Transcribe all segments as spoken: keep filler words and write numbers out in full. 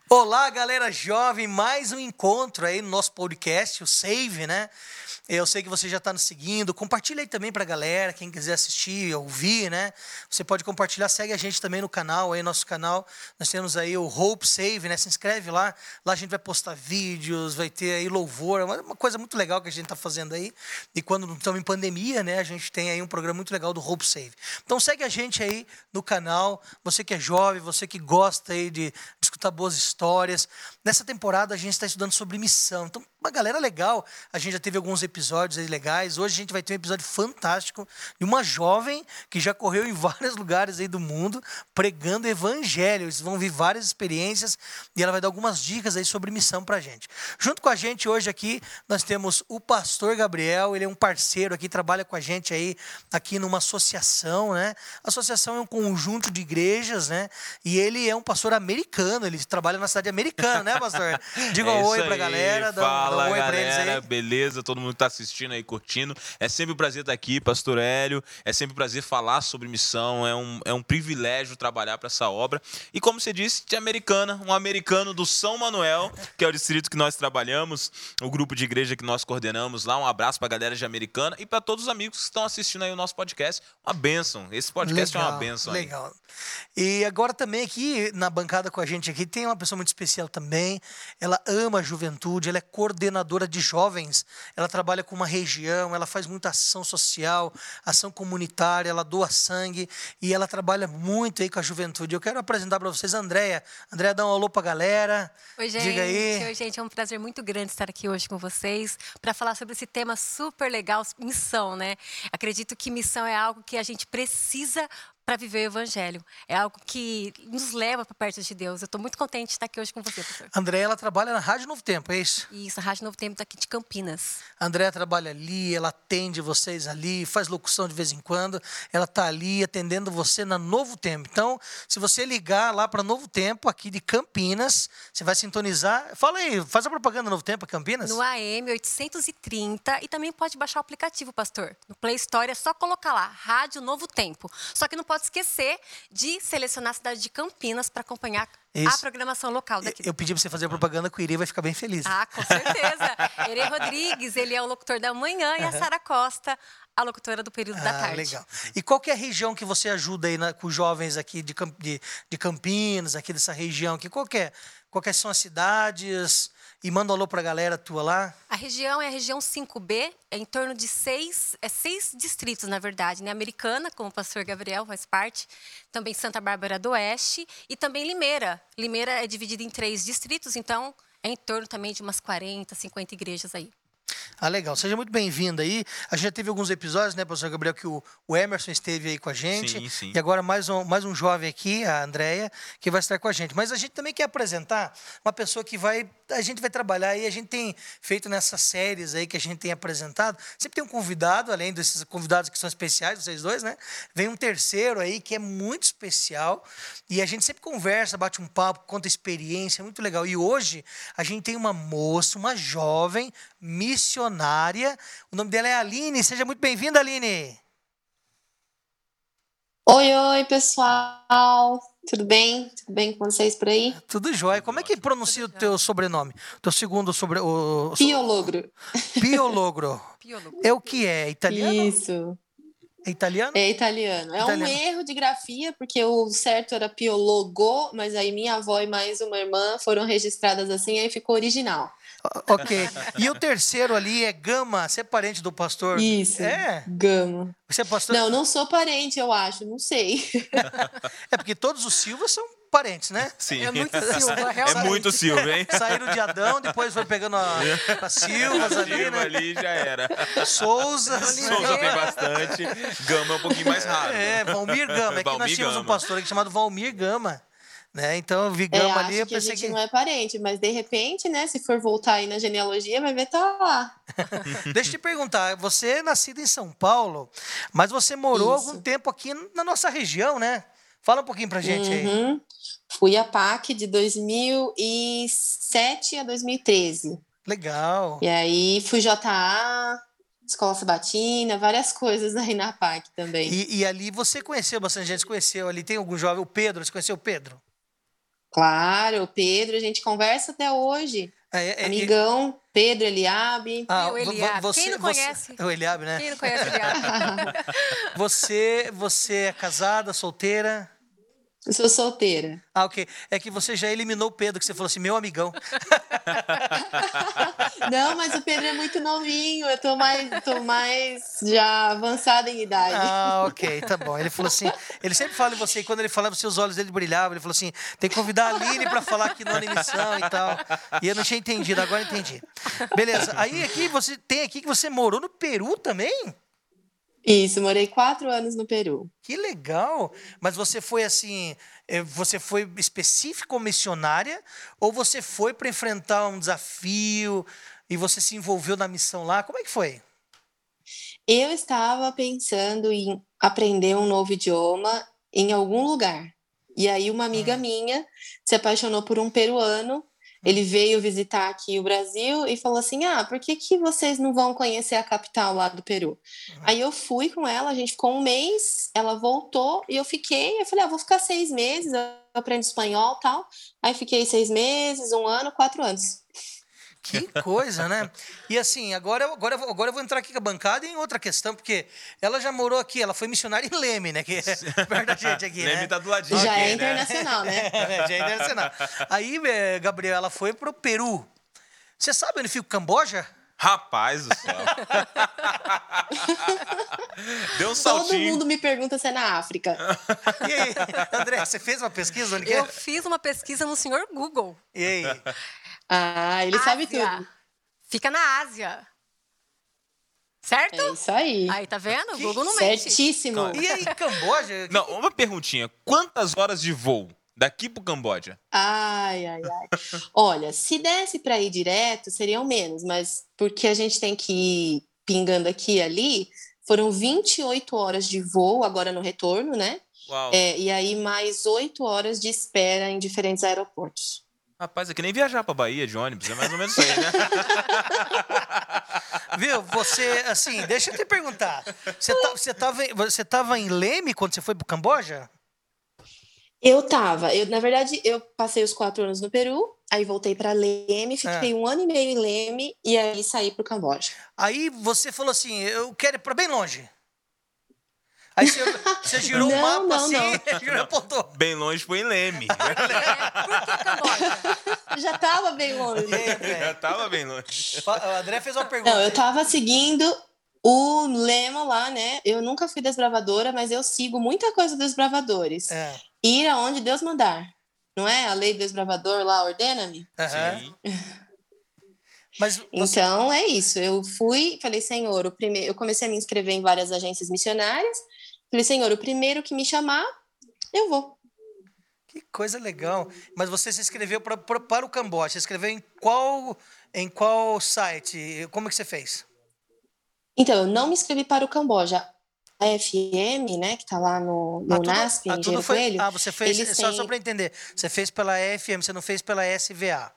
Olá, galera jovem, mais um encontro aí no nosso podcast, o Save, né? Eu sei que você já está nos seguindo, compartilha aí também para a galera, quem quiser assistir, ouvir, né? Você pode compartilhar, segue a gente também no canal, aí nosso canal, nós temos aí o Hope Save, né? Se inscreve lá, lá a gente vai postar vídeos, vai ter aí louvor, uma coisa muito legal que a gente está fazendo aí, e quando não estamos em pandemia, né? A gente tem aí um programa muito legal do Hope Save. Então segue a gente aí no canal, você que é jovem, você que gosta aí de, de escutar boas histórias. Nessa temporada a gente está estudando sobre missão, então uma galera legal, a gente já teve alguns episódios aí legais. Hoje a gente vai ter um episódio fantástico de uma jovem que já correu em vários lugares aí do mundo pregando evangelho. Eles vão ver várias experiências e ela vai dar algumas dicas aí sobre missão pra gente. Junto com a gente hoje aqui, nós temos o pastor Gabriel, ele é um parceiro aqui, trabalha com a gente aí aqui numa associação, né? A associação é um conjunto de igrejas, né? E ele é um pastor americano, ele trabalha na cidade americana, né, pastor? Diga um é oi aí, pra galera, dá, fala, dá um oi galera, pra eles aí. Beleza? Todo mundo que tá assistindo aí, curtindo. É sempre um prazer estar aqui, pastor Hélio. É sempre um prazer falar sobre missão. É um, é um privilégio trabalhar para essa obra. E como você disse, de americana, um americano do São Manuel, que é o distrito que nós trabalhamos, o grupo de igreja que nós coordenamos lá. Um abraço pra galera de Americana e para todos os amigos que estão assistindo aí o nosso podcast. Uma bênção. Esse podcast Legal, é uma bênção aí. Legal. E agora também aqui, na bancada com a gente aqui, tem uma pessoa muito especial também. Ela ama a juventude, ela é coordenadora de jovens. Ela trabalha com uma região, ela faz muita ação social, ação comunitária, ela doa sangue e ela trabalha muito aí com a juventude. Eu quero apresentar para vocês a Andréia. Andréia, dá um alô para a galera. Oi, gente. Diga aí. Oi, gente. É um prazer muito grande estar aqui hoje com vocês para falar sobre esse tema super legal, missão, né? Acredito que missão é algo que a gente precisa para viver o evangelho. É algo que nos leva para perto de Deus. Eu estou muito contente de estar aqui hoje com você, professor. Andréia, ela trabalha na Rádio Novo Tempo, é isso? Isso, a Rádio Novo Tempo daqui de Campinas. A Andréia trabalha ali, ela atende vocês ali, faz locução de vez em quando. Ela está ali atendendo você na Novo Tempo. Então, se você ligar lá para Novo Tempo, aqui de Campinas, você vai sintonizar. Fala aí, faz a propaganda Novo Tempo, Campinas. No A M oitocentos e trinta e também pode baixar o aplicativo, pastor. No Play Store é só colocar lá, Rádio Novo Tempo. Só que não pode esquecer de selecionar a cidade de Campinas para acompanhar Isso. a programação local daqui. Eu pedi para você fazer a propaganda que o Iri vai ficar bem feliz. Ah, com certeza. Ere Rodrigues, ele é o locutor da manhã e a Sara Costa, a locutora do período ah, da tarde. Legal. E qual que é a região que você ajuda aí na, com os jovens aqui de, de, de Campinas, aqui dessa região aqui? Qual que é? Quais são as cidades? E manda um alô para a galera tua lá. A região é a região cinco B, é em torno de seis, é seis distritos, na verdade, né? Americana, como o pastor Gabriel faz parte, também Santa Bárbara do Oeste e também Limeira. Limeira é dividida em três distritos, então é em torno também de umas quarenta, cinquenta igrejas aí. Ah, legal. Seja muito bem-vindo aí. A gente já teve alguns episódios, né, pastor Gabriel, que o, o Emerson esteve aí com a gente. Sim, sim. E agora mais um, mais um jovem aqui, a Andréia, que vai estar com a gente. Mas a gente também quer apresentar uma pessoa que vai... A gente vai trabalhar aí, a gente tem feito nessas séries aí que a gente tem apresentado. Sempre tem um convidado, além desses convidados que são especiais, vocês dois, né? Vem um terceiro aí que é muito especial. E a gente sempre conversa, bate um papo, conta experiência, é muito legal. E hoje a gente tem uma moça, uma jovem missionária. O nome dela é Aline. Seja muito bem-vinda, Aline. Oi, oi, pessoal. Tudo bem? Tudo bem com vocês por aí? Tudo jóia. Como é que pronuncia o teu sobrenome? Teu segundo sobre o Piologro. Piologro. Piologro. É o que é? Italiano? Isso. É italiano? É italiano. É Italiano. um erro de grafia, porque o certo era Piologo, mas aí minha avó e mais uma irmã foram registradas assim, aí ficou original. Ok. E o terceiro ali é Gama. Você é parente do pastor? Isso. É? Gama. Você é pastor? Não, não sou parente, eu acho. Não sei. É porque todos os Silvas são parentes, né? Sim. É muito Silva, É realmente. muito Silva, hein? Saíram de Adão, depois foi pegando a, a Silvas ali, Silva né? ali já era. Souza. Souza tem bastante. Gama é um pouquinho mais raro. É, Valmir Gama. É que nós Valmir tínhamos um Gama. pastor aqui chamado Valmir Gama. Né? Então, eu vi É, Gama acho ali, eu que a pensei gente que... não é parente, mas de repente, né, se for voltar aí na genealogia, vai ver tá lá. Deixa eu te perguntar, você é nascido em São Paulo, mas você morou Isso. algum tempo aqui na nossa região, né? Fala um pouquinho pra gente aí. Uhum. Fui a P A C de dois mil e sete a dois mil e treze. Legal. E aí fui J A, Escola Sabatina, várias coisas aí na P A C também. E, e ali você conheceu bastante gente, você conheceu ali, tem algum jovem, o Pedro, você conheceu o Pedro? Claro, o Pedro, a gente conversa até hoje. É, é, Amigão, Pedro, Eliabe. Ah, E o Eliabe. você, Quem não você- conhece? o Eliabe, né? Quem não conhece o Eliabe? Você, você é casada, solteira? Eu sou solteira. Ah, ok. É que você já eliminou o Pedro, que você falou assim, meu amigão. Não, mas o Pedro é muito novinho, eu tô mais, tô mais já avançada em idade. Ah, ok, tá bom. Ele falou assim, ele sempre fala em você, e quando ele falava, os olhos dele brilhavam, ele falou assim, tem que convidar a Aline pra falar aqui no Animação e tal. E eu não tinha entendido, agora entendi. Beleza, aí aqui você tem aqui que você morou no Peru também? Isso, morei quatro anos no Peru. Que legal! Mas você foi assim, eh, você foi específico como missionária ou você foi para enfrentar um desafio e você se envolveu na missão lá? Como é que foi? Eu estava pensando em aprender um novo idioma em algum lugar. E aí uma amiga minha se apaixonou por um peruano. Ele veio visitar aqui o Brasil e falou assim: ah, por que, que vocês não vão conhecer a capital lá do Peru? Aí eu fui com ela, a gente ficou um mês, ela voltou e eu fiquei. Eu falei: ah, vou ficar seis meses, eu aprendo espanhol e tal. Aí fiquei seis meses, um ano, quatro anos. Que coisa, né? E assim, agora, eu- agora, eu vou- agora eu vou entrar aqui com a bancada em outra questão, porque ela já morou aqui, ela foi missionária em Leme, né? Que é perto da gente aqui, Leme né? tá do ladinho Já aqui, é né? internacional, né? É, já é internacional. Aí, eh, Gabriel, ela foi pro Peru. Você sabe onde fica o Camboja? Rapaz do céu. Deu um Todo saltinho. mundo me pergunta se é na África. E aí, André, você fez uma pesquisa onde que Eu é? fiz uma pesquisa no senhor Google. E aí? Ah, ele sabe Ásia. tudo. Fica na Ásia. Certo? É isso aí. Aí, tá vendo? O Que Google não mente. Certíssimo. E aí, Camboja? Não, uma perguntinha. Quantas horas de voo daqui pro Camboja? Ai, ai, ai. Olha, se desse para ir direto, seriam menos, mas porque a gente tem que ir pingando aqui e ali, foram vinte e oito horas de voo agora no retorno, né? Uau. É, e aí mais oito horas de espera em diferentes aeroportos. Rapaz, é que nem viajar pra Bahia de ônibus. É mais ou menos isso aí, né? Viu? Você, assim, deixa eu te perguntar. Você, tá, você, tava, em- você tava em Leme quando você foi pro Camboja? Eu tava, eu, na verdade, eu passei os quatro anos no Peru, aí voltei para Leme, fiquei É. um ano e meio em Leme e aí saí pro Camboja. Aí você falou assim, eu quero ir pra bem longe. Aí você, você girou o Não, mapa não, assim, não. girou e apontou. Bem longe foi em Leme. É, por que Camboja? Já tava bem longe. E aí, André? Já tava bem longe. Fa- O André fez uma pergunta. Não, eu tava seguindo o lema lá, né? Eu nunca fui desbravadora, mas eu sigo muita coisa dos desbravadores. É. Ir aonde Deus mandar. Não é? A lei do desbravador lá ordena-me? Aham. Sim. Mas você, Então é isso. Eu fui, falei, Senhor, o primeiro, eu comecei a me inscrever em várias agências missionárias. Falei, Senhor, o primeiro que me chamar, eu vou. que coisa legal. Mas você se inscreveu pra, pra- para o Camboja. Você inscreveu em qual, em qual site? Como é que você fez? Então, eu não me inscrevi para o Camboja. A F M, né, que tá lá no, no Ah, tudo- NASP, ah, em tudo Giro foi, Coelho. ah, você fez, eles só, têm- só para entender, você fez pela F M, você não fez pela S V A.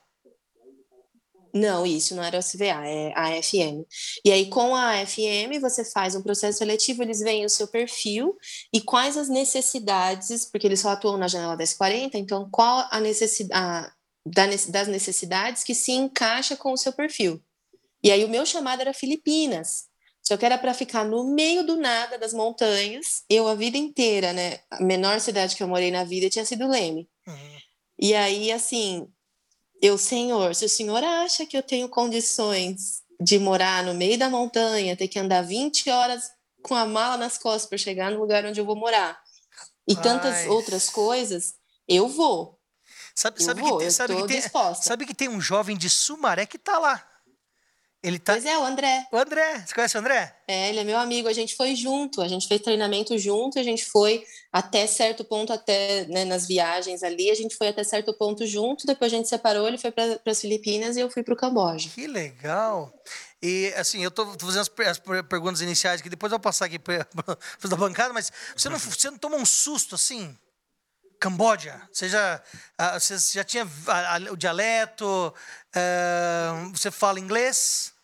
Não, isso não era o S V A, é a F M. E aí, com a F M, você faz um processo seletivo, eles veem o seu perfil e quais as necessidades, porque eles só atuam na janela dez quarenta, então qual a necessidade das necessidades que se encaixa com o seu perfil. E aí, o meu chamado era Filipinas. Só que era para ficar no meio do nada das montanhas. Eu, a vida inteira, né? A menor cidade que eu morei na vida tinha sido Leme. Uhum. E aí, assim, eu, Senhor, se o Senhor acha que eu tenho condições de morar no meio da montanha, ter que andar vinte horas com a mala nas costas para chegar no lugar onde eu vou morar, e tantas Ai. outras coisas, eu vou. Sabe, Eu sabe, vou, que, tem- eu sabe, tô que tem, disposta. sabe que tem um jovem de Sumaré que tá lá. Ele tá. Pois é, o André. O André, você conhece o André? É, ele é meu amigo, a gente foi junto, a gente fez treinamento junto, a gente foi até certo ponto, até né, nas viagens ali, a gente foi até certo ponto junto, depois a gente separou, ele foi para as Filipinas e eu fui para o Camboja. Que legal. E assim, eu tô, tô fazendo as, per- as per- perguntas iniciais aqui, depois eu vou passar aqui para da bancada, mas você não, você não tomou um susto assim? Camboja, você já, ah, você já tinha ah, ah, o dialeto, ah, você fala inglês?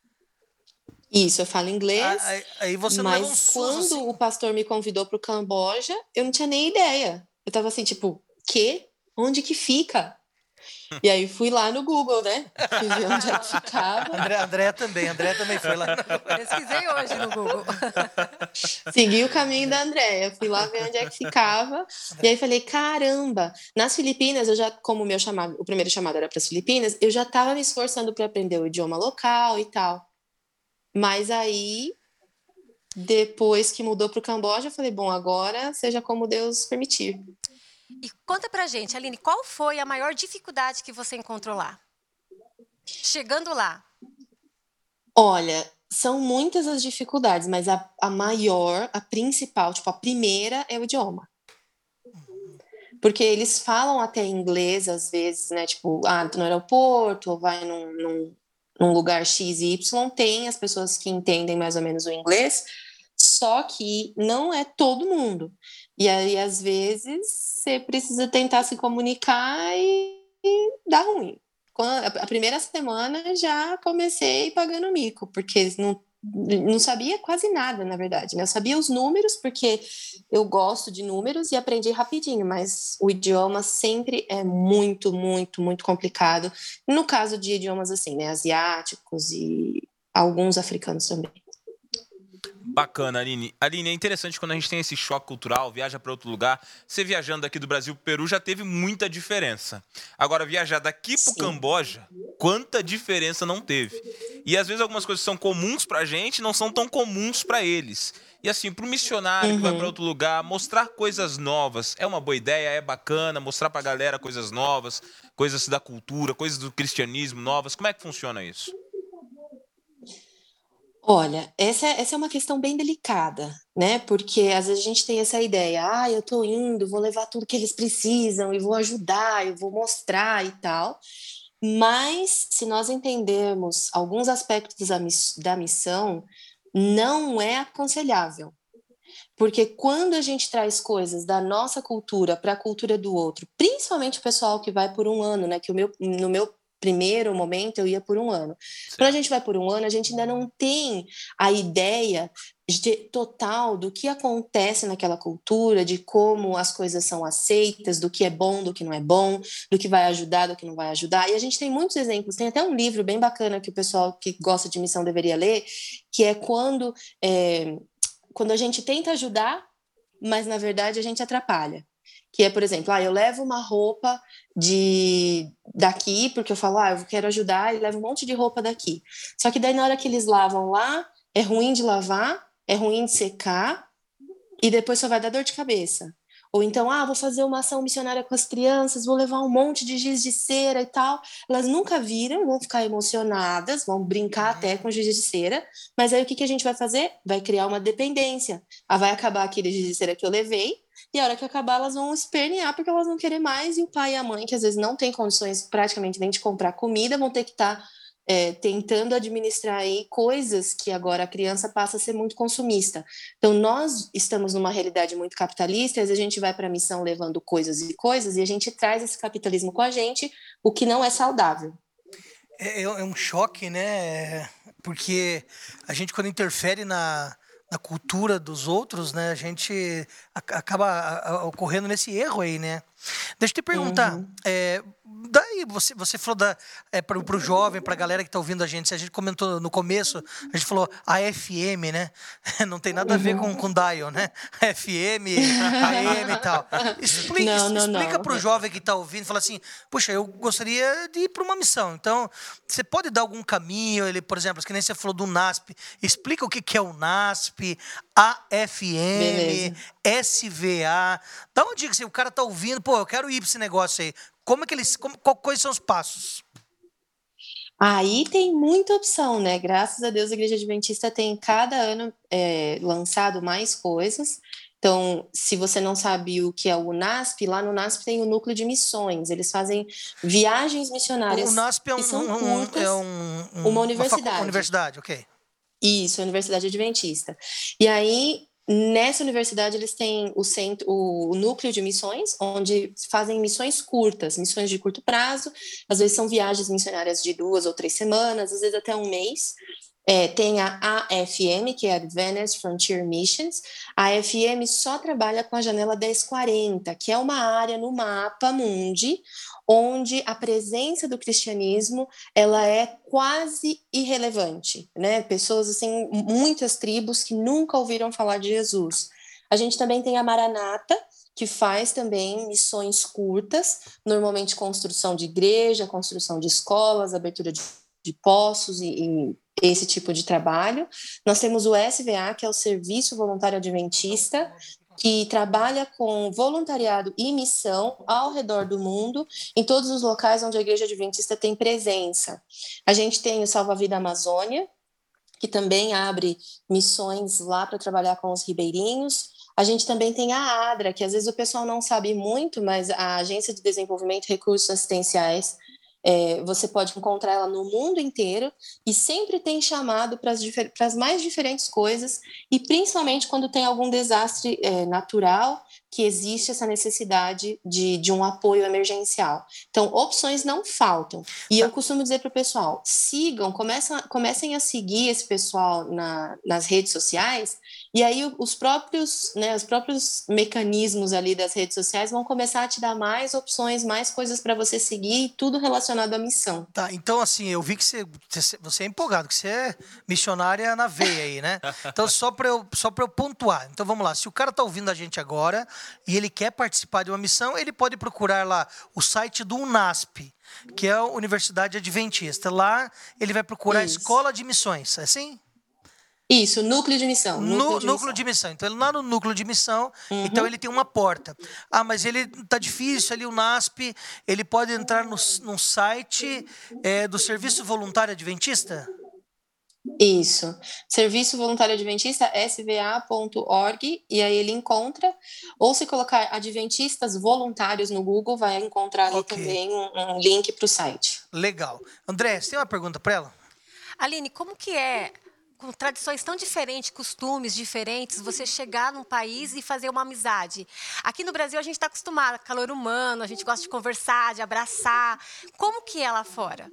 Isso, eu falo inglês, Ah, aí- aí você não leva um mas susto quando assim? o pastor me convidou para o Camboja, eu não tinha nem ideia. Eu tava assim, tipo, quê? onde que fica? E aí fui lá no Google, né? Fui ver onde é que ficava. André, André também, André também foi lá. Pesquisei hoje no Google. Segui o caminho da Andréia, fui lá ver onde é que ficava. E aí falei, caramba, nas Filipinas, eu já, como o meu chamado, o primeiro chamado era para as Filipinas, eu já estava me esforçando para aprender o idioma local e tal. Mas aí, depois que mudou para o Camboja, eu falei, bom, agora seja como Deus permitir. E conta pra gente, Aline, qual foi a maior dificuldade que você encontrou lá? Chegando lá. Olha, são muitas as dificuldades, mas a, a maior, a principal, tipo, a primeira é o idioma. Porque eles falam até inglês, às vezes, né? Tipo, ah, no aeroporto, ou vai num, num, num lugar X e Y, tem as pessoas que entendem mais ou menos o inglês, só que não é todo mundo. E aí, às vezes, você precisa tentar se comunicar e, e dá ruim. Quando, a primeira semana já comecei pagando mico, porque não, não sabia quase nada, na verdade, né? Eu sabia os números, porque eu gosto de números e aprendi rapidinho, mas o idioma sempre é muito, muito, muito complicado. No caso de idiomas assim, né? Asiáticos e alguns africanos também. Bacana, Aline. Aline, é interessante quando a gente tem esse choque cultural, viaja para outro lugar. Você viajando daqui do Brasil para o Peru já teve muita diferença. Agora, viajar daqui para o Camboja, quanta diferença não teve? E às vezes algumas coisas que são comuns para a gente não são tão comuns para eles. E assim, para o missionário Uhum. que vai para outro lugar, mostrar coisas novas é uma boa ideia, é bacana, mostrar para a galera coisas novas, coisas da cultura, coisas do cristianismo novas. Como é que funciona isso? Olha, essa, é- essa é uma questão bem delicada, né? Porque às vezes a gente tem essa ideia, ah, eu tô indo, vou levar tudo que eles precisam e vou ajudar, eu vou mostrar e tal. Mas se nós entendermos alguns aspectos da, miss- da missão, não é aconselhável. Porque quando a gente traz coisas da nossa cultura para a cultura do outro, principalmente o pessoal que vai por um ano, né? Que o meu, no meu primeiro momento eu ia por um ano. Quando a gente vai por um ano, a gente ainda não tem a ideia de, total do que acontece naquela cultura, de como as coisas são aceitas, do que é bom, do que não é bom, do que vai ajudar, do que não vai ajudar. E a gente tem muitos exemplos. Tem até um livro bem bacana que o pessoal que gosta de missão deveria ler, que é quando é, quando a gente tenta ajudar, mas na verdade a gente atrapalha. Que é, por exemplo, ah, eu levo uma roupa de daqui, porque eu falo, ah, eu quero ajudar, e levo um monte de roupa daqui. Só que daí na hora que eles lavam lá, é ruim de lavar, é ruim de secar, e depois só vai dar dor de cabeça. Ou então, ah, vou fazer uma ação missionária com as crianças, vou levar um monte de giz de cera e tal. Elas nunca viram, vão ficar emocionadas, vão brincar até com giz de cera, mas aí o que, que a gente vai fazer? Vai criar uma dependência. Ah, vai acabar aquele giz de cera que eu levei, e a hora que acabar elas vão espernear porque elas vão querer mais, e o pai e a mãe, que às vezes não tem condições praticamente nem de comprar comida, vão ter que estar tá, é, tentando administrar aí coisas que agora a criança passa a ser muito consumista. Então nós estamos numa realidade muito capitalista, às vezes a gente vai para a missão levando coisas e coisas, e a gente traz esse capitalismo com a gente, o que não é saudável. É, é um choque, né? Porque a gente, quando interfere na, na cultura dos outros, né? A gente a- acaba a- a- ocorrendo nesse erro aí, né? Deixa eu te perguntar, Uhum. é, daí você, você falou da, é, para o jovem, para a galera que está ouvindo a gente, se a gente comentou no começo, a gente falou A F M, né? Não tem nada a ver com, com dial, né? F M, A M e tal. Expli- Não, não, explica não. para o jovem que está ouvindo, fala assim, puxa, eu gostaria de ir para uma missão. Então, você pode dar algum caminho, ele, por exemplo, que nem você falou do NASP, explica o que que é o NASP, A F M, Beleza. S V A. Dá uma dica, se o cara tá ouvindo, pô, eu quero ir para esse negócio aí. Como é que eles, como, qual- quais são os passos? Aí tem muita opção, né? Graças a Deus a Igreja Adventista tem cada ano é, lançado mais coisas. Então, se você não sabe o que é o NASP, lá no NASP tem o núcleo de missões. Eles fazem viagens O, o missionárias NASP é, que um, são um- um- curtas, é um, uma um- uma facu- universidade. universidade, ok. Isso, a Universidade Adventista. E aí, nessa universidade, eles têm o, centro, o núcleo de missões, onde fazem missões curtas, missões de curto prazo. Às vezes são viagens missionárias de duas ou três semanas, às vezes até um mês. É, tem a A F M, que é Advanced Frontier Missions. A F M só trabalha com a janela dez quarenta, que é uma área no mapa mundi onde a presença do cristianismo ela é quase irrelevante, né? Pessoas assim, muitas tribos que nunca ouviram falar de Jesus. A gente também tem a Maranata, que faz também missões curtas, normalmente construção de igreja, construção de escolas, abertura de, de poços e, e esse tipo de trabalho. Nós temos o S V A, que é o Serviço Voluntário Adventista, que trabalha com voluntariado e missão ao redor do mundo, em todos os locais onde a Igreja Adventista tem presença. A gente tem o Salva Vida Amazônia, que também abre missões lá para trabalhar com os ribeirinhos. A gente também tem a ADRA, que às vezes o pessoal não sabe muito, mas a Agência de Desenvolvimento e Recursos Assistenciais, é, você pode encontrar ela no mundo inteiro e sempre tem chamado para as mais diferentes coisas, e principalmente quando tem algum desastre é, natural, que existe essa necessidade de, de um apoio emergencial. Então, opções não faltam. E eu costumo dizer para o pessoal, sigam, comecem, comecem a seguir esse pessoal na, nas redes sociais, e aí os próprios, né, os próprios mecanismos ali das redes sociais vão começar a te dar mais opções, mais coisas para você seguir, e tudo relacionado à missão. Tá, então assim, eu vi que você, você é empolgado, que você é missionária na veia aí, né? Então, só para eu, só para eu pontuar. Então, vamos lá. Se o cara tá ouvindo a gente agora e ele quer participar de uma missão, ele pode procurar lá o site do UNASP, que é a Universidade Adventista. Lá ele vai procurar Isso. a Escola de Missões, é assim? Isso, núcleo de missão. No, Núcleo de núcleo missão. de missão. Então, ele lá no núcleo de missão, Uhum. então ele tem uma porta. Ah, mas ele tá difícil ali, o NASP, ele pode entrar no, no site é, do Serviço Voluntário Adventista? Isso. Serviço Voluntário Adventista, s v a ponto org, e aí ele encontra, ou se colocar Adventistas Voluntários no Google, vai encontrar ali Ok. também um, um link para o site. Legal. André, você tem uma pergunta para ela? Aline, como que é, com tradições tão diferentes, costumes diferentes, você chegar num país e fazer uma amizade? Aqui no Brasil a gente está acostumado, calor humano, a gente gosta de conversar, de abraçar. Como que é lá fora?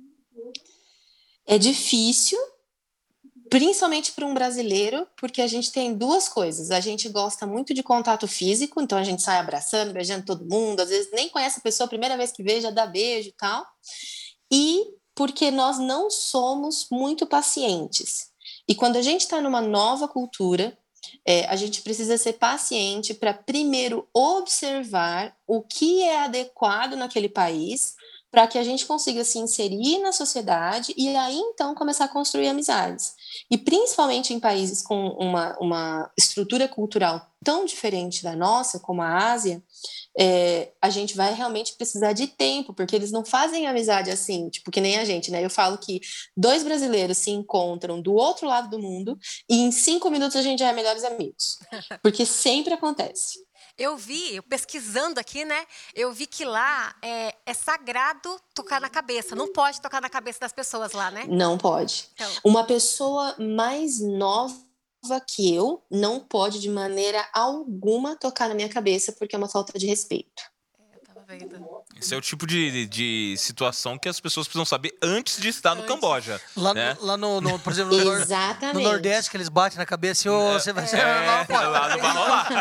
É difícil, principalmente para um brasileiro, porque a gente tem duas coisas. A gente gosta muito de contato físico, então a gente sai abraçando, beijando todo mundo, às vezes nem conhece a pessoa, a primeira vez que vê já dá beijo e tal. E porque nós não somos muito pacientes. E quando a gente está numa nova cultura, é, a gente precisa ser paciente para primeiro observar o que é adequado naquele país, para que a gente consiga se inserir na sociedade e aí então começar a construir amizades. E principalmente em países com uma, uma estrutura cultural tão diferente da nossa, como a Ásia, é, a gente vai realmente precisar de tempo, porque eles não fazem amizade assim, tipo que nem a gente, né? Eu falo que dois brasileiros se encontram do outro lado do mundo e em cinco minutos a gente já é melhores amigos, porque sempre acontece. Eu vi, eu pesquisando aqui, né? Eu vi que lá é, é sagrado tocar na cabeça. Não pode tocar na cabeça das pessoas lá, né? Não pode. Então. Uma pessoa mais nova que eu não pode de maneira alguma tocar na minha cabeça, porque é uma falta de respeito. Eu tava vendo. Esse é o tipo de, de situação que as pessoas precisam saber antes de estar no Antes. Camboja. Lá, né? no, lá no, no, por exemplo, no, nor- Exatamente. no Nordeste, que eles batem na cabeça e ô, você vai ser. É, Não, pode. lá não vai rolar.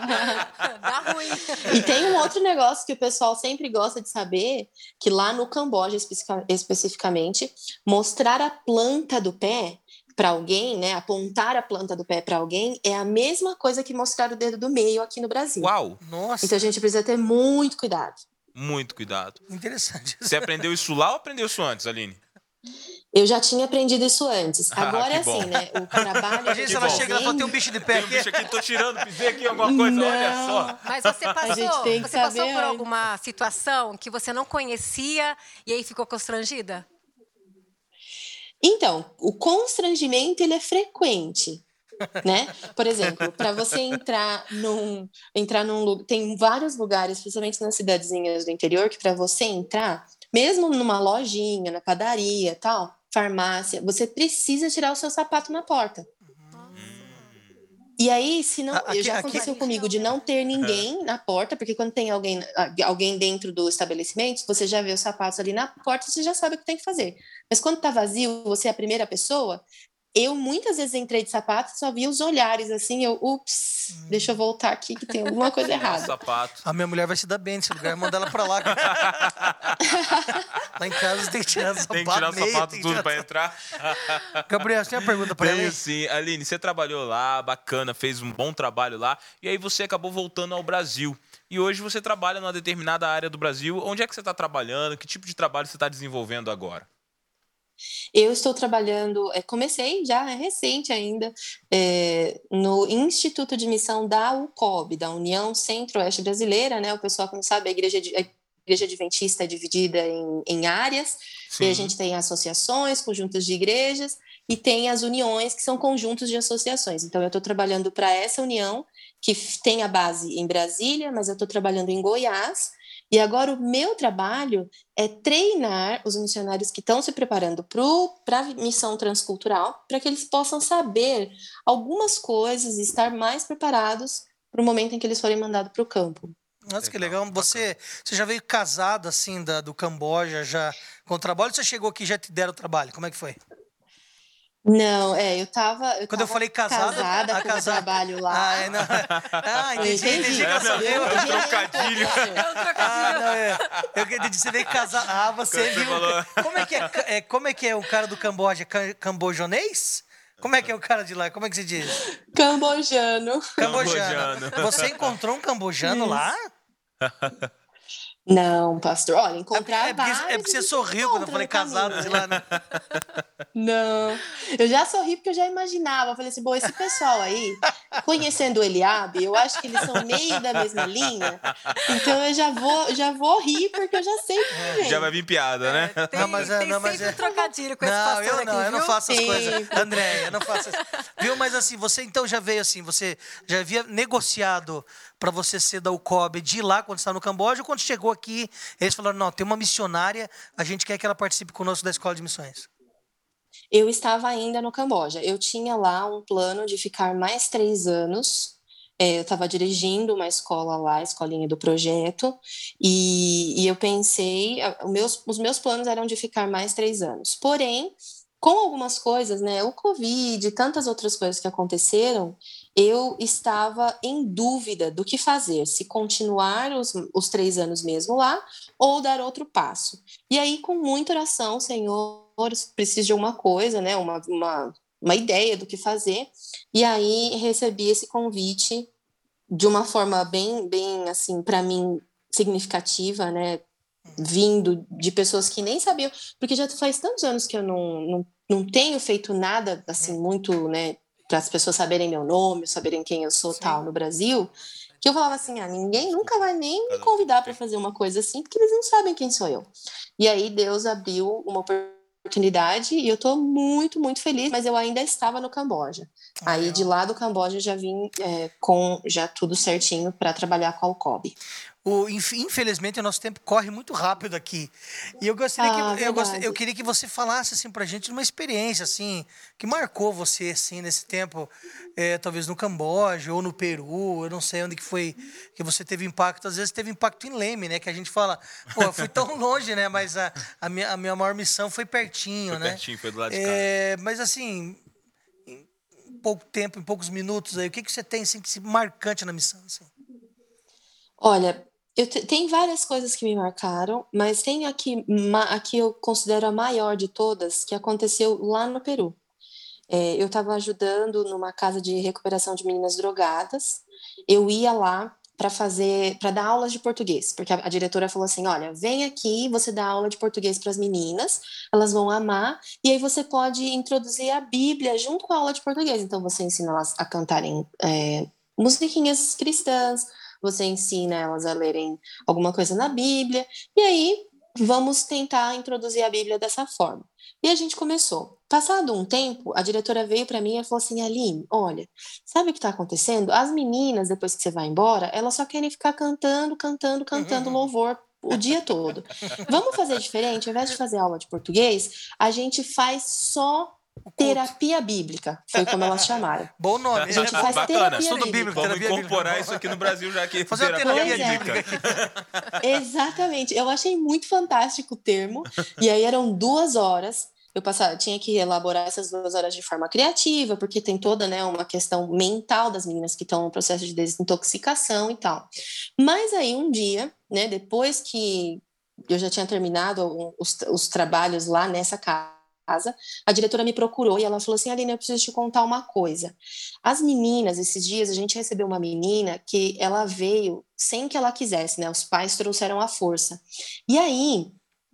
Dá ruim. E tem um outro negócio que o pessoal sempre gosta de saber, que lá no Camboja, especifica- especificamente, mostrar a planta do pé para alguém, né, apontar a planta do pé para alguém, é a mesma coisa que mostrar o dedo do meio aqui no Brasil. Uau, Nossa, Então a gente precisa ter muito cuidado. muito cuidado. interessante. Você aprendeu isso lá ou aprendeu isso antes, Aline? Eu já tinha aprendido isso antes. Ah, Agora que é assim, bom. né? O trabalho. A gente, Que ela bom. chega e ela fala, tem um bicho de pé Tem um aqui. bicho aqui, tô tirando, pisei aqui alguma coisa, olha Não. só. Mas você A gente passou, tem que você passou saber por antes. alguma situação que você não conhecia e aí ficou constrangida? Então, o constrangimento ele é frequente, né? Por exemplo, para você entrar num entrar num lugar, tem vários lugares, principalmente nas cidadezinhas do interior, que para você entrar, mesmo numa lojinha, na padaria, tal, farmácia, você precisa tirar o seu sapato na porta. E aí, se não, Aqui- já aqui- aconteceu comigo de não ter ninguém na porta, porque quando tem alguém, alguém dentro do estabelecimento, você já vê os sapatos ali na porta, você já sabe o que tem que fazer. Mas quando tá vazio, você é a primeira pessoa, eu muitas vezes entrei de sapato e só via os olhares assim, eu, ups, hum. deixa eu voltar aqui que tem alguma coisa errada. Sapato. A minha mulher vai se dar bem nesse lugar, mandar ela pra lá. Lá em casa tem que tirar o sapato. Tem que tirar o sapato tudo tirar... pra entrar. Gabriel, você tem uma pergunta pra ela? Sim, Aline, você trabalhou lá, bacana, fez um bom trabalho lá, e aí você acabou voltando ao Brasil. E hoje você trabalha numa determinada área do Brasil. Onde é que você está trabalhando? Que tipo de trabalho você está desenvolvendo agora? Eu estou trabalhando, é, comecei já, é recente ainda, é, no Instituto de Missão da U C O B, da União Centro-Oeste Brasileira, né? O pessoal que não sabe, a Igreja, a igreja Adventista é dividida em, em áreas, Sim. e a gente tem associações, conjuntos de igrejas, e tem as uniões, que são conjuntos de associações. Então, eu estou trabalhando para essa união, que tem a base em Brasília, mas eu estou trabalhando em Goiás. E agora o meu trabalho é treinar os missionários que estão se preparando para a missão transcultural, para que eles possam saber algumas coisas e estar mais preparados para o momento em que eles forem mandados para o campo. Nossa, que legal. Você, você já veio casado assim da, do Camboja já com o trabalho? Ou você chegou aqui e já te deram o trabalho? Como é que foi? Não, é, eu tava. Eu Quando tava eu falei casada, casada a com casada. o trabalho lá. Ah, é, não. Ah, entendi, entendi. entendi. É, não, eu, é um trocadilho. É um trocadilho. Ah, não, é. Eu entendi, você veio casar. Ah, você Quando viu. você falou. Como é, que é, é, como é que é o cara do Camboja? Cam, cambojonês? Como é que é o cara de lá? Como é que se diz? Cambojano. Cambojano. Você encontrou um cambojano Isso. lá? Não, pastor. Olha, encontrar É porque, vários, é porque você a gente sorriu quando eu encontra falei no casado, caminho. sei lá, né? Não, eu já sorri porque eu já imaginava. Eu falei assim, bom, esse pessoal aí, conhecendo o Eliabe, eu acho que eles são meio da mesma linha, então eu já vou, já vou rir porque eu já sei que vem. Já vai vir piada, né? É, tem, Não, mas é- tem não, mas sempre é- um trocadilho com esse Não, pastor eu aqui, não, eu não viu? faço essas Sim. coisas. André, eu não faço isso. Viu, mas assim, você então já veio assim, você já havia negociado para você ser da U C O B de lá quando estava no Camboja, ou quando chegou aqui, eles falaram, não, tem uma missionária, a gente quer que ela participe conosco da Escola de Missões. Eu estava ainda no Camboja. Eu tinha lá um plano de ficar mais três anos. É, eu estava dirigindo uma escola lá, a escolinha do projeto, e, e eu pensei, a- o meus, os meus planos eram de ficar mais três anos. Porém, com algumas coisas, né, o Covid e tantas outras coisas que aconteceram, eu estava em dúvida do que fazer, se continuar os, os três anos mesmo lá ou dar outro passo. E aí, com muita oração, Senhor, preciso de uma coisa, né, uma, uma, uma ideia do que fazer. E aí recebi esse convite de uma forma bem, bem assim, para mim, significativa, né, vindo de pessoas que nem sabiam, porque já faz tantos anos que eu não, não, não tenho feito nada, assim, muito, né, para as pessoas saberem meu nome, saberem quem eu sou, Sim. tal, no Brasil, que eu falava assim, ah, ninguém nunca vai nem me convidar para fazer uma coisa assim, porque eles não sabem quem sou eu. E aí Deus abriu uma oportunidade e eu estou muito, muito feliz, mas eu ainda estava no Camboja. Ah, aí legal. de lá do Camboja já vim é, com já tudo certinho para trabalhar com a U C O B. O, inf- infelizmente, o nosso tempo corre muito rápido aqui. E eu gostaria Ah, que eu, gost- verdade. eu queria que você falasse assim pra gente de uma experiência assim que marcou você assim nesse tempo, é, talvez no Camboja ou no Peru, eu não sei onde que foi que você teve impacto. Às vezes teve impacto em Leme, né? Que a gente fala, pô, eu fui tão longe, né? Mas a, a, minha, a minha maior missão foi pertinho, Foi né? pertinho, foi do lado de cá. É, mas assim, em pouco tempo, em poucos minutos aí, o que que você tem assim que se marcante na missão, assim? Olha, eu te- tem várias coisas que me marcaram, mas tem aqui, ma- aqui eu considero a maior de todas, que aconteceu lá no Peru. É, eu estava ajudando numa casa de recuperação de meninas drogadas. Eu ia lá para fazer, para dar aulas de português, porque a, a diretora falou assim: olha, vem aqui, você dá aula de português para as meninas, elas vão amar, e aí você pode introduzir a Bíblia junto com a aula de português. Então você ensina elas a cantarem é, musiquinhas cristãs, você ensina elas a lerem alguma coisa na Bíblia, e aí vamos tentar introduzir a Bíblia dessa forma. E a gente começou. Passado um tempo, a diretora veio para mim e falou assim: Aline, olha, sabe o que está acontecendo? As meninas, depois que você vai embora, elas só querem ficar cantando, cantando, cantando louvor o dia todo. Vamos fazer diferente? Ao invés de fazer aula de português, a gente faz só terapia bíblica. Foi como elas chamaram. Bom nome, A gente né? faz Bacana. terapia Estudo bíblica. bíblico. Vamos terapia incorporar bíblica. isso aqui no Brasil já que Fazer uma terapia Pois é. bíblica aqui. Exatamente. Eu achei muito fantástico o termo. E aí eram duas horas eu passava, tinha que elaborar essas duas horas de forma criativa, porque tem toda, né, uma questão mental das meninas que estão no processo de desintoxicação e tal. Mas aí um dia, né, depois que eu já tinha terminado os, os trabalhos lá nessa casa, a diretora me procurou e ela falou assim, Aline, eu preciso te contar uma coisa. As meninas, esses dias, a gente recebeu uma menina que ela veio sem que ela quisesse, né, os pais trouxeram à força. E aí,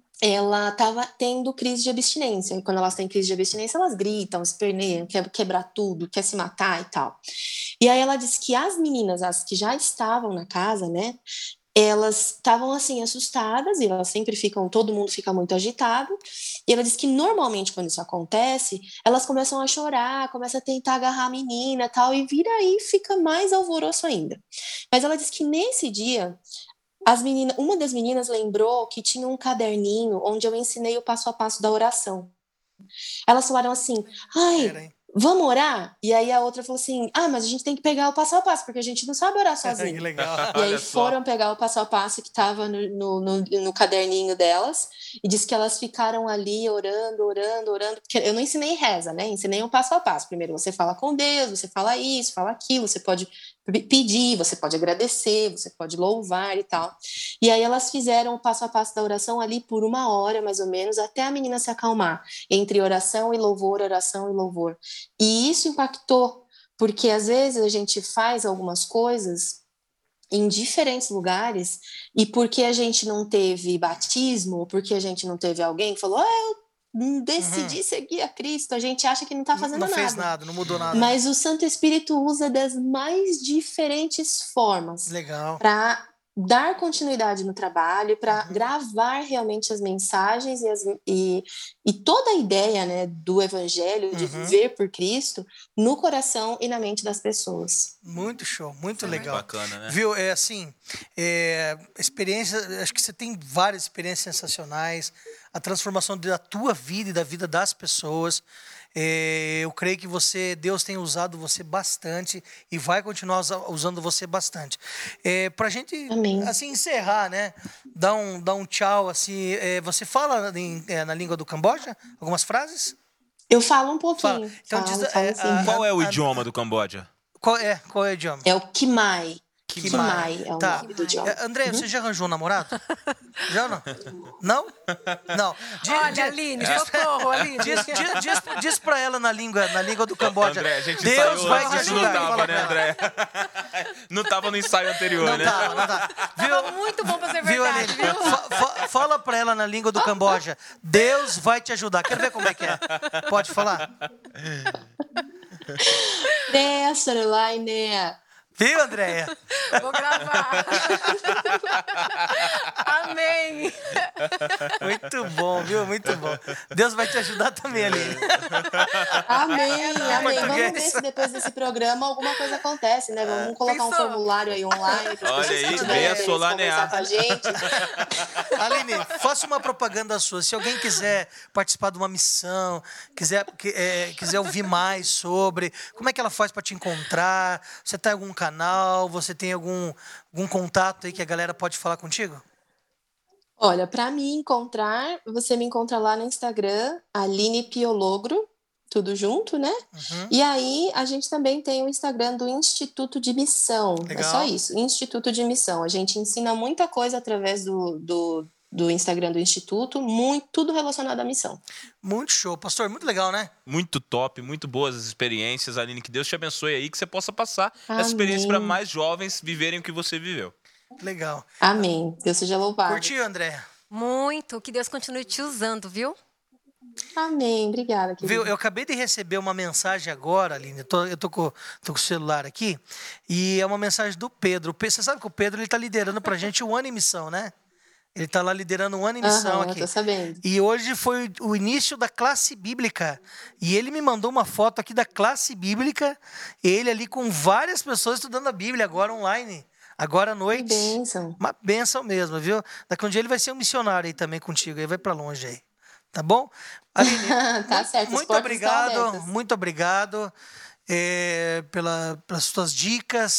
ela estava tendo crise de abstinência. E quando elas têm crise de abstinência, elas gritam, esperneiam, quer quebrar tudo, quer se matar e tal. E aí ela disse que as meninas, as que já estavam na casa, né, elas estavam assim assustadas, e elas sempre ficam, todo mundo fica muito agitado. E ela disse que normalmente quando isso acontece, elas começam a chorar, começam a tentar agarrar a menina e tal, e vira aí fica mais alvoroço ainda. Mas ela disse que nesse dia as meninas, uma das meninas lembrou que tinha um caderninho onde eu ensinei o passo a passo da oração. Elas falaram assim, ai, vamos orar? E aí a outra falou assim, ah, mas a gente tem que pegar o passo a passo, porque a gente não sabe orar sozinho. Que legal. E aí foram pegar o passo a passo que estava no, no, no, no caderninho delas, e disse que elas ficaram ali orando, orando, orando, porque eu não ensinei reza, né? Ensinei um passo a passo. Primeiro você fala com Deus, você fala isso, fala aquilo, você pode pedir, você pode agradecer, você pode louvar e tal. E aí elas fizeram o passo a passo da oração ali por uma hora, mais ou menos, até a menina se acalmar, entre oração e louvor, oração e louvor. E isso impactou, porque às vezes a gente faz algumas coisas em diferentes lugares, e porque a gente não teve batismo, porque a gente não teve alguém que falou, ah, eu decidi uhum. seguir a Cristo, a gente acha que não está fazendo nada. Não fez nada. nada, não mudou nada. Mas o Santo Espírito usa das mais diferentes formas para dar continuidade no trabalho, para uhum. gravar realmente as mensagens e, as, e, e toda a ideia, né, do Evangelho, de uhum. viver por Cristo, no coração e na mente das pessoas. Muito show, muito é legal. Bacana, né? Viu, é assim, é, experiência, acho que você tem várias experiências sensacionais, a transformação da tua vida e da vida das pessoas. É, eu creio que você, Deus tem usado você bastante e vai continuar usando você bastante. É, para a gente assim, encerrar, né? Dar um, dar um tchau. Assim, é, você fala em, é, na língua do Camboja algumas frases? Eu falo um pouquinho. Fala. Então, falo, diz, falo é, assim. a, qual é o a, idioma do Camboja? Qual é, qual é o idioma? É o Khmer. Khmer, Khmer é o tá. nome do idioma. É, André, uhum. você já arranjou um namorado? Já não? Não? Não. Diz, Olha, diz, Aline, diz, socorro, Aline. Diz, diz, diz, diz pra ela na língua, na língua do Camboja. André, a gente Deus saiu, vai te ajudar. Não tava, né, André? Não tava no ensaio anterior, não né? Tava, não tava. Viu? Tava muito bom pra ser viu, verdade, viu? Fa, fa, fala pra ela na língua do Camboja. Deus vai te ajudar. Quero ver como é que é. Pode falar? Nessa, né? Viu, Andréia? Vou gravar. Amém. Muito bom, viu? Muito bom. Deus vai te ajudar também, Aline. Amém, amém. Vamos ver se depois desse programa alguma coisa acontece, né? Vamos colocar Pensou? um formulário aí online. Olha aí, venha solanear. Com a gente. Aline, faça uma propaganda sua. Se alguém quiser participar de uma missão, quiser, é, quiser ouvir mais sobre, como é que ela faz para te encontrar? Você está em algum canal? Canal, você tem algum, algum contato aí que a galera pode falar contigo? Olha, para me encontrar, você me encontra lá no Instagram, Aline Piologro, tudo junto, né? Uhum. E aí, a gente também tem o Instagram do Instituto de Missão. Legal. É só isso, Instituto de Missão. A gente ensina muita coisa através do, do, do Instagram do Instituto, muito, tudo relacionado à missão. Muito show. Pastor, muito legal, né? Muito top, muito boas as experiências, Aline. Que Deus te abençoe aí, que você possa passar Amém. essa experiência para mais jovens viverem o que você viveu. Legal. Amém. Deus seja louvado. Curtiu, André? Muito. Que Deus continue te usando, viu? Amém. Obrigada, querida. Viu? Eu acabei de receber uma mensagem agora, Aline. Eu tô, eu tô, com, tô com o celular aqui. E é uma mensagem do Pedro. Você sabe que o Pedro está liderando para a gente o ano em missão, né? Ele está lá liderando um ano em missão uhum, aqui. Tô sabendo. E hoje foi o início da classe bíblica. E ele me mandou uma foto aqui da classe bíblica. Ele ali com várias pessoas estudando a Bíblia, agora online. Agora à noite. Que bênção. Uma bênção mesmo, viu? Daqui um dia ele vai ser um missionário aí também contigo. Aí vai para longe aí. Tá bom? Aline, tá muito, certo. muito obrigado. Muito obrigado é, pela, pelas suas dicas.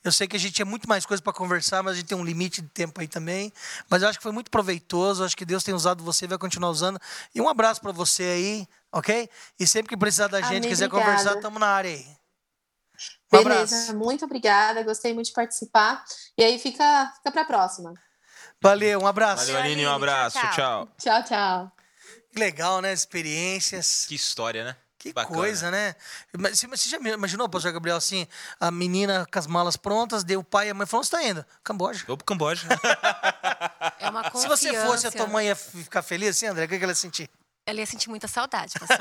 Eu sei que a gente tinha muito mais coisa para conversar, mas a gente tem um limite de tempo aí também. Mas eu acho que foi muito proveitoso, acho que Deus tem usado você e vai continuar usando. E um abraço para você aí, ok? E sempre que precisar da gente, Amém, quiser obrigada. conversar, estamos na área aí. Um Beleza, abraço. muito obrigada, gostei muito de participar. E aí fica, fica para a próxima. Valeu, um abraço. Valeu, Aline, um Aline, abraço. tchau, Tchau. Tchau, tchau. Que legal, né? Experiências. Que história, né? Que Bacana. coisa, né? Mas Você você já imaginou, pastor Gabriel, assim, a menina com as malas prontas, deu o pai e a mãe falou, onde você está indo? Camboja. Vou pro Camboja. É uma Se confiança. você fosse, a tua mãe ia ficar feliz assim, André? O que que ela ia sentir? Ela ia sentir muita saudade, pastor.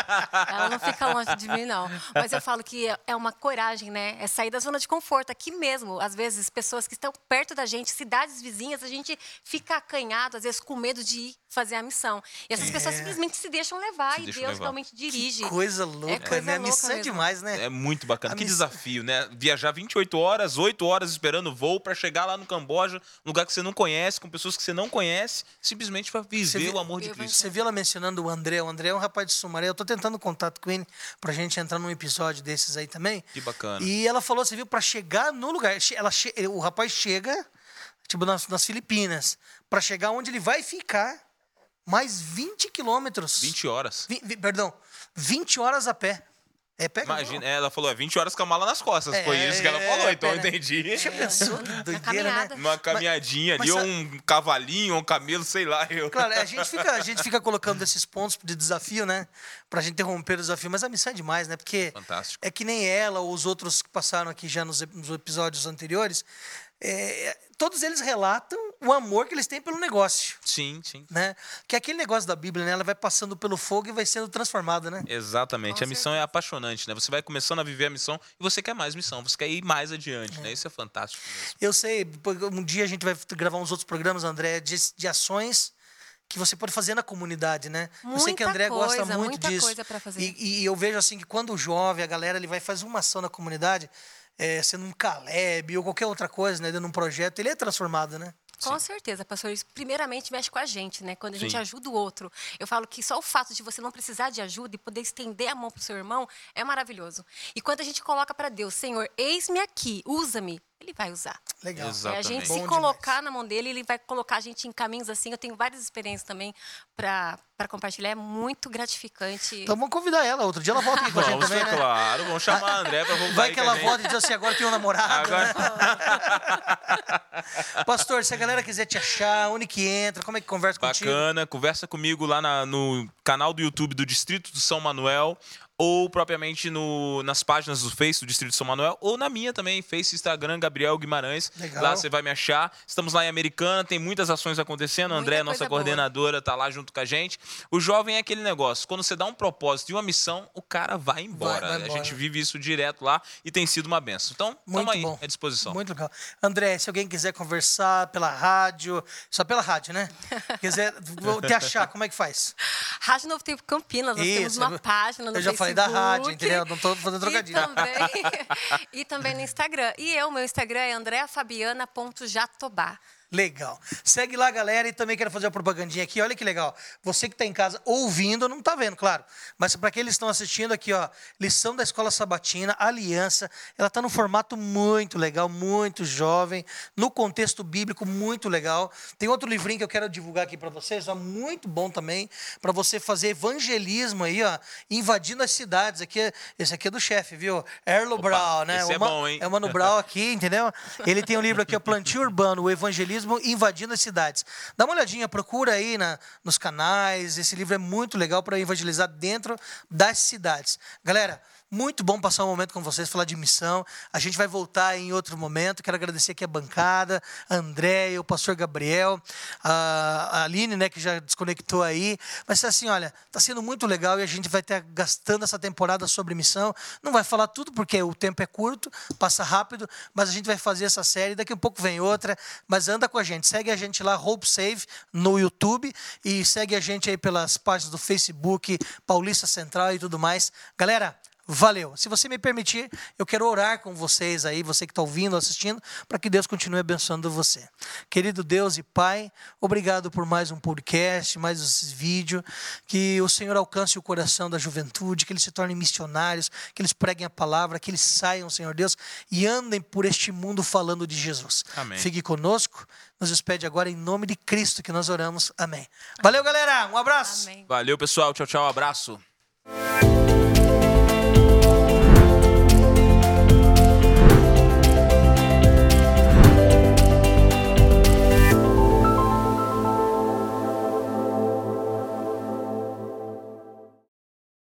Ela não fica longe de mim, não. Mas eu falo que é uma coragem, né? É sair da zona de conforto. Aqui mesmo, às vezes, pessoas que estão perto da gente, cidades vizinhas, a gente fica acanhado, às vezes, com medo de ir fazer a missão. E essas É. pessoas simplesmente se deixam levar Se e deixam Deus levar. realmente dirige. Coisa louca, coisa né? A louca missão é mesmo. demais, né? É muito bacana. A Que missão- desafio, né? Viajar vinte e oito horas, oito horas esperando voo pra chegar lá no Camboja, um lugar que você não conhece, com pessoas que você não conhece, simplesmente pra viver vê- o amor de eu Cristo. Você viu ela mencionando o André. O André é um rapaz de Sumaré. Eu tô tentando contato com ele pra gente entrar num episódio desses aí também. Que bacana. E ela falou, você viu, pra chegar no lugar. che- Ela che- o rapaz chega, tipo, nas, nas Filipinas, pra chegar onde ele vai ficar, mais vinte quilômetros. vinte horas. Vi- vi- perdão, vinte horas a pé. É, pega Imagina, ela falou, é vinte horas com a mala nas costas. É, Foi isso que ela falou, é, então eu pera. entendi. Já pensou que Na doideira, né? caminhada. Uma caminhadinha mas ali, sa- ou um cavalinho, ou um camelo, sei lá. Eu. Claro, a gente, fica, a gente fica colocando esses pontos de desafio, né? Pra gente interromper o desafio, mas a missão é demais, né? Porque Fantástico. é que nem ela ou os outros que passaram aqui já nos, ep- nos episódios anteriores, é, todos eles relatam o amor que eles têm pelo negócio, Sim, sim. né? Que é aquele negócio da Bíblia, né? Ela vai passando pelo fogo e vai sendo transformada, né? Exatamente. Com a missão é apaixonante, né? Você vai começando a viver a missão e você quer mais missão, você quer ir mais adiante, né? Isso é fantástico mesmo. Eu sei, porque um dia a gente vai gravar uns outros programas, André, de, de ações que você pode fazer na comunidade, né? eu sei que Muita André gosta coisa, muito muita disso. coisa pra fazer. E, e eu vejo assim que quando o jovem, a galera, ele vai fazer uma ação na comunidade, é, sendo um Caleb ou qualquer outra coisa, né, dentro de um projeto, ele é transformado, né? Com certeza, pastor. Isso primeiramente mexe com a gente, né? Quando a gente Sim. ajuda o outro. Eu falo que só o fato de você não precisar de ajuda e poder estender a mão para o seu irmão é maravilhoso. E quando a gente coloca para Deus, Senhor, eis-me aqui, usa-me, Ele vai usar. Legal. Exato. É a gente Exatamente. se Bom colocar demais. na mão dele, ele vai colocar a gente em caminhos assim. Eu tenho várias experiências também para compartilhar. É muito gratificante. Então vamos convidar ela. Outro dia ela volta aqui com a gente Vamos, também, né? claro, vamos chamar a André pra voltar Vai aí que com a ela gente. volta e diz assim, agora tem um namorado. Agora- né? Pastor, se a galera quiser te achar, onde que entra, como é que conversa contigo? Bacana, conversa comigo lá na- no canal do YouTube do Distrito do São Manuel, ou propriamente no, nas páginas do Face do Distrito de São Manuel, ou na minha também, Face, Instagram, Gabriel Guimarães. Legal. Lá você vai me achar. Estamos lá em Americana, tem muitas ações acontecendo. A Muita André, nossa coisa boa. coordenadora, tá lá junto com a gente. O jovem é aquele negócio, quando você dá um propósito e uma missão, o cara vai embora. Vai- vai A embora. gente vive isso direto lá e tem sido uma benção. Então, Muito estamos aí, bom. à disposição. Muito legal. André, se alguém quiser conversar pela rádio, só pela rádio, né? Quiser te achar, como é que faz? Rádio Novo Tempo Campinas, nós temos Isso, uma eu- página no eu já falei da Facebook. rádio, entendeu? Não tô fazendo trocadilho. E também, e também no Instagram. E eu, meu Instagram é andrea fabiana ponto jatobá. Legal. Segue lá, galera, e também quero fazer uma propagandinha aqui. Olha que legal. Você que está em casa ouvindo, não está vendo, claro. Mas para aqueles que estão assistindo aqui, ó, lição da Escola Sabatina, Aliança. Ela está num formato muito legal, muito jovem, no contexto bíblico muito legal. Tem outro livrinho que eu quero divulgar aqui para vocês, ó, muito bom também, para você fazer evangelismo aí, ó, invadindo as cidades. Aqui, é- esse aqui é do chefe, viu? Erlo Brau, né? esse é O Ma- bom, hein? É o Mano Brau aqui, entendeu? Ele tem um livro aqui, ó, Plantio Urbano, o Evangelismo invadindo as cidades. Dá uma olhadinha, procura aí na, nos canais. Esse livro é muito legal para evangelizar dentro das cidades. Galera, muito bom passar um momento com vocês, falar de missão. A gente vai voltar em outro momento. Quero agradecer aqui a bancada, a André, o pastor Gabriel, a a Aline, né, que já desconectou aí. Mas assim, olha, está sendo muito legal e a gente vai estar gastando essa temporada sobre missão. Não vai falar tudo porque o tempo é curto, passa rápido, mas a gente vai fazer essa série. Daqui a pouco vem outra, mas anda com a gente. Segue a gente lá, Hope Save, no YouTube, e segue a gente aí pelas páginas do Facebook, Paulista Central e tudo mais. Galera, Valeu. Se você me permitir, eu quero orar com vocês aí, você que está ouvindo, assistindo, para que Deus continue abençoando você. Querido Deus e Pai, obrigado por mais um podcast, mais esse vídeo, que o Senhor alcance o coração da juventude, que eles se tornem missionários, que eles preguem a palavra, que eles saiam, Senhor Deus, e andem por este mundo falando de Jesus. Amém. Fique conosco, nos despede agora em nome de Cristo que nós oramos. Amém. Valeu, galera. Um abraço. Amém. Valeu, pessoal. Tchau, tchau. Abraço.